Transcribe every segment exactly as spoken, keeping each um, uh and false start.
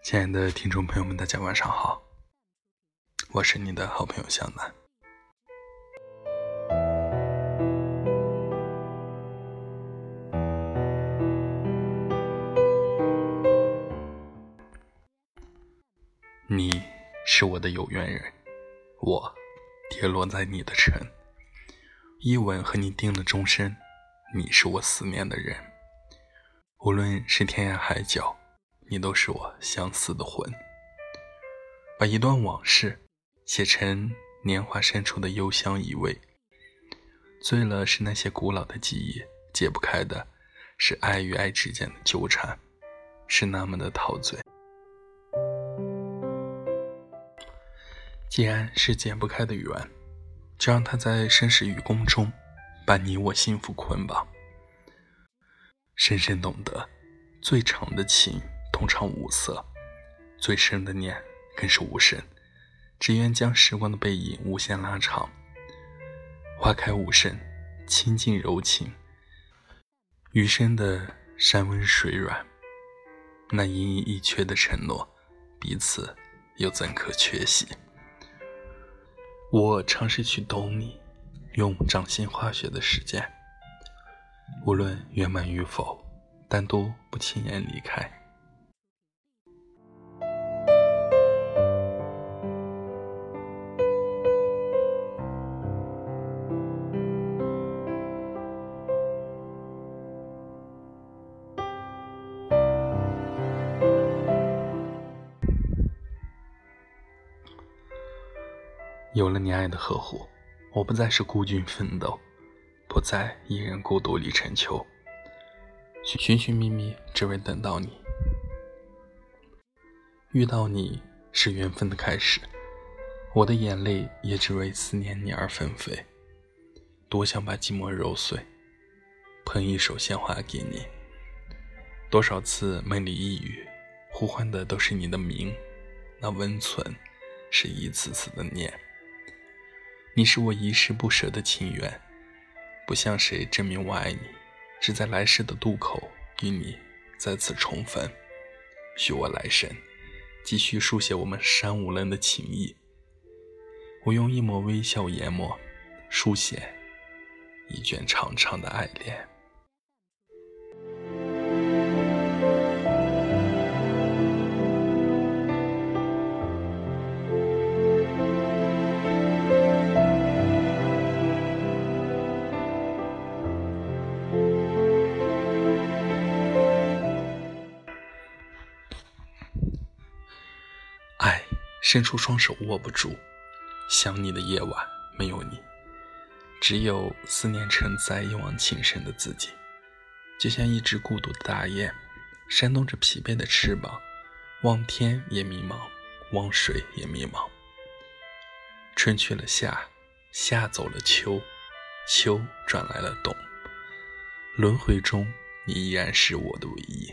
亲爱的听众朋友们，大家晚上好，我是你的好朋友向南。你是我的有缘人，我跌落在你的城，一吻和你定了终身，你是我思念的人，无论是天涯海角，你都是我相思的魂。把一段往事写成年华深处的幽香一味，醉了是那些古老的记忆，解不开的是爱与爱之间的纠缠，是那么的陶醉。既然是解不开的缘，就让它在生死与共中把你我幸福捆绑。深深懂得，最长的情通常无色，最深的念更是无声，只愿将时光的背影无限拉长。花开无声，清静柔情，余生的山温水软，那一一缺的承诺，彼此又怎可缺席？我尝试去懂你，用掌心滑雪的时间，无论圆满与否，但都不轻言离开。有了你爱的呵护，我不再是孤军奋斗，不再一人孤独里成秋，寻寻觅觅只为等到你。遇到你是缘分的开始，我的眼泪也只为思念你而纷飞。多想把寂寞揉碎，捧一手鲜花给你。多少次梦里呓语，呼唤的都是你的名，那温存是一次次的念。你是我一世不舍的情缘，不向谁证明我爱你，只在来世的渡口与你再次重逢。许我来生继续书写我们山无棱的情谊，我用一抹微笑研磨，书写一卷长长的爱恋。爱伸出双手握不住，想你的夜晚没有你，只有思念承载一往情深的自己，就像一只孤独的大雁，扇动着疲惫的翅膀，望天也迷茫，望水也迷茫。春去了夏，夏走了秋，秋转来了冬，轮回中你依然是我的唯一。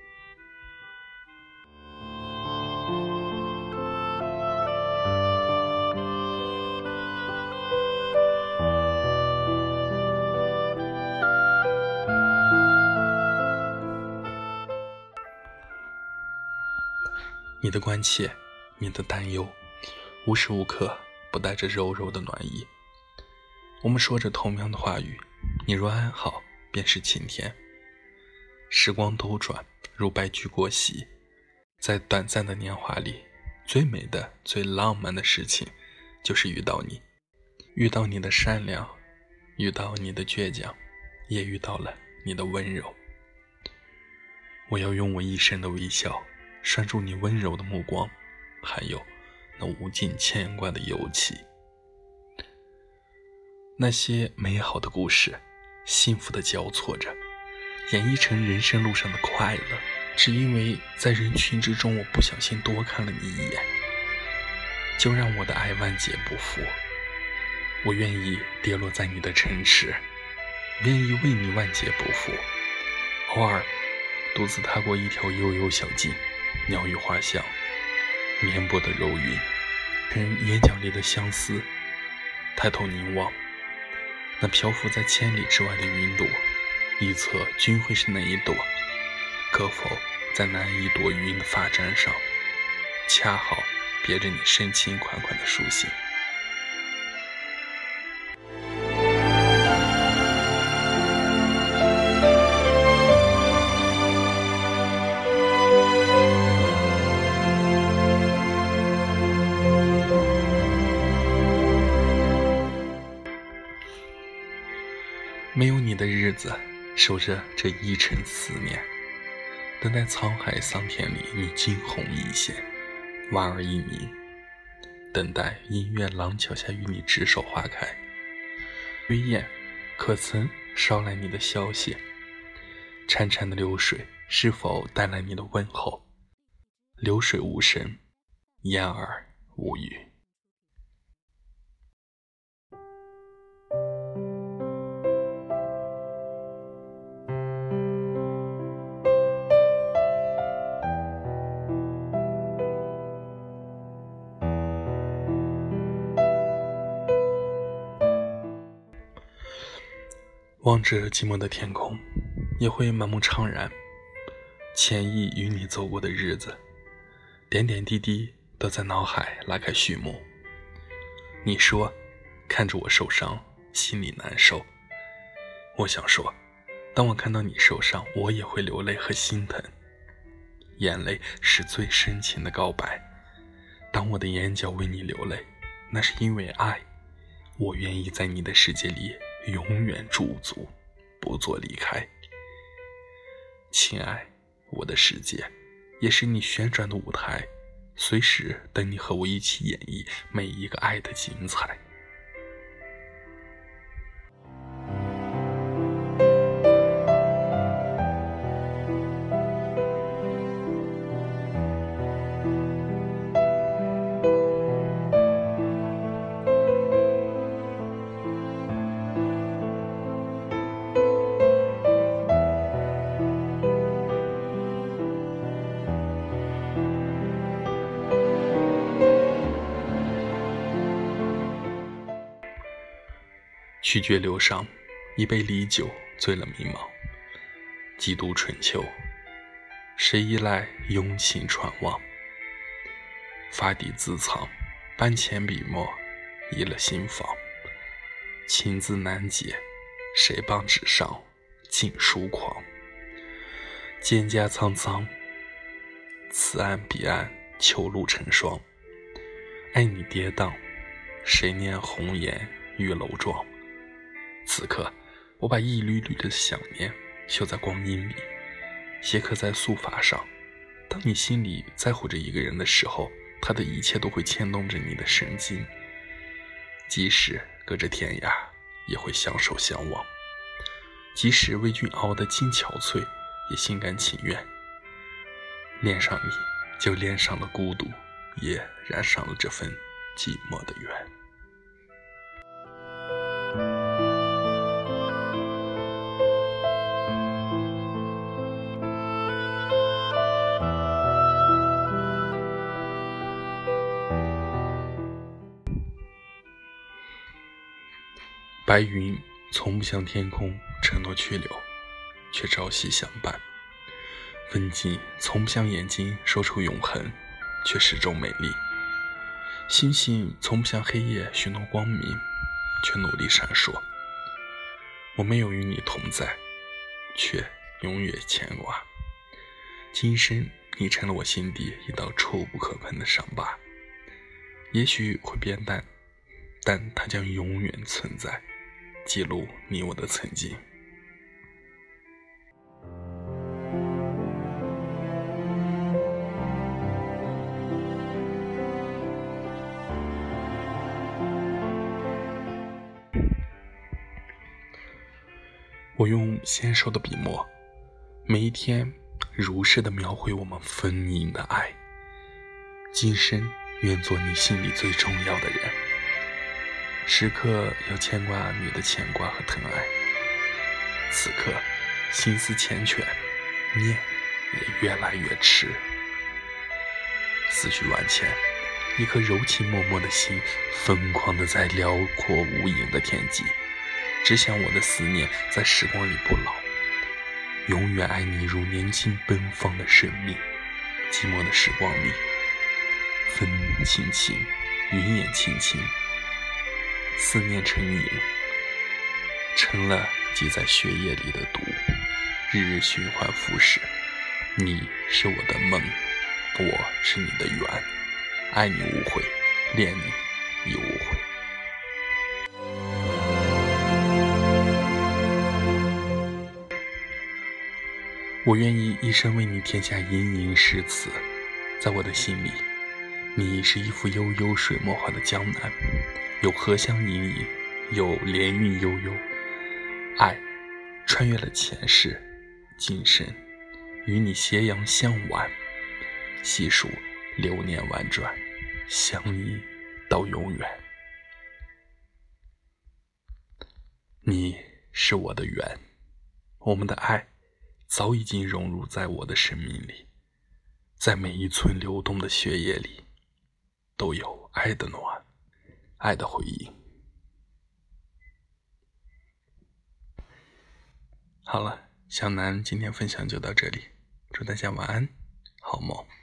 你的关切，你的担忧，无时无刻不带着柔柔的暖意。我们说着同样的话语，你若安好，便是晴天。时光兜转，如白驹过隙，在短暂的年华里，最美的、最浪漫的事情，就是遇到你。遇到你的善良，遇到你的倔强，也遇到了你的温柔。我要用我一生的微笑拴住你温柔的目光，还有那无尽牵挂的游气。那些美好的故事，幸福的交错着，演绎成人生路上的快乐，只因为在人群之中我不小心多看了你一眼。就让我的爱万劫不复，我愿意跌落在你的城池，愿意为你万劫不复。偶尔独自踏过一条悠悠小径，鸟语花香，绵薄的柔云，跟眼角里的相思。抬头凝望，那漂浮在千里之外的云朵，一侧均会是哪一朵？可否在那一朵云的发簪上恰好别着你深情款款的书信。没有你的日子，守着这一程思念，等待沧海桑田里你惊鸿一现，莞尔一鸣，等待音乐廊桥下与你执手花开。月燕可曾捎来你的消息？潺潺的流水是否带来你的问候？流水无声，燕儿无语。望着寂寞的天空，也会满目怅然，浅意与你走过的日子，点点滴滴都在脑海拉开序幕。你说看着我受伤心里难受，我想说当我看到你受伤，我也会流泪和心疼。眼泪是最深情的告白，当我的眼角为你流泪，那是因为爱，我愿意在你的世界里永远驻足，不做离开。亲爱，我的世界也是你旋转的舞台，随时等你和我一起演绎每一个爱的精彩。曲绝流觞，一杯梨酒醉了迷茫。几度春秋，谁依赖用情传望？发底自藏，半浅笔墨，移了心房。情字难解，谁帮纸上尽疏狂？蒹葭苍苍，此岸彼岸，秋露成霜。爱你跌宕，谁念红颜玉楼妆？此刻我把一缕缕的想念绣在光阴里，写刻在素发上。当你心里在乎着一个人的时候，他的一切都会牵动着你的神经，即使隔着天涯也会相守相望，即使为君熬得精憔悴也心甘情愿。恋上你就恋上了孤独，也染上了这份寂寞的缘。白云从不向天空承诺去留，却朝夕相伴。风景从不向眼睛说出永恒，却始终美丽。星星从不向黑夜许诺光明，却努力闪烁。我没有与你同在，却永远牵挂。今生你成了我心底一道触不可碰的伤疤，也许会变淡，但它将永远存在，记录你我的曾经。我用纤瘦的笔墨，每一天如实的描绘我们丰盈的爱。今生愿做你心里最重要的人，时刻要牵挂你的牵挂和疼爱。此刻心思缱绻，念也越来越迟。思绪万千，一颗柔情脉脉的心疯狂地在辽阔无垠的天际，只想我的思念在时光里不老，永远爱你如年轻奔放的生命。寂寞的时光里， 风轻轻，云也轻轻，思念成瘾，成了积在血液里的毒，日日循环腐蚀。你是我的梦，我是你的缘，爱你无悔，恋你亦无悔。我愿意一生为你填下殷殷诗词，在我的心里，你是一幅悠悠水墨画的江南，有荷香盈盈，有莲韵悠悠。爱穿越了前世今生，与你斜阳相挽，细数流年婉转，相依到永远。你是我的缘，我们的爱早已经融入在我的生命里，在每一寸流动的血液里，都有爱的暖，爱的回应。好了，小南今天分享就到这里，祝大家晚安，好梦。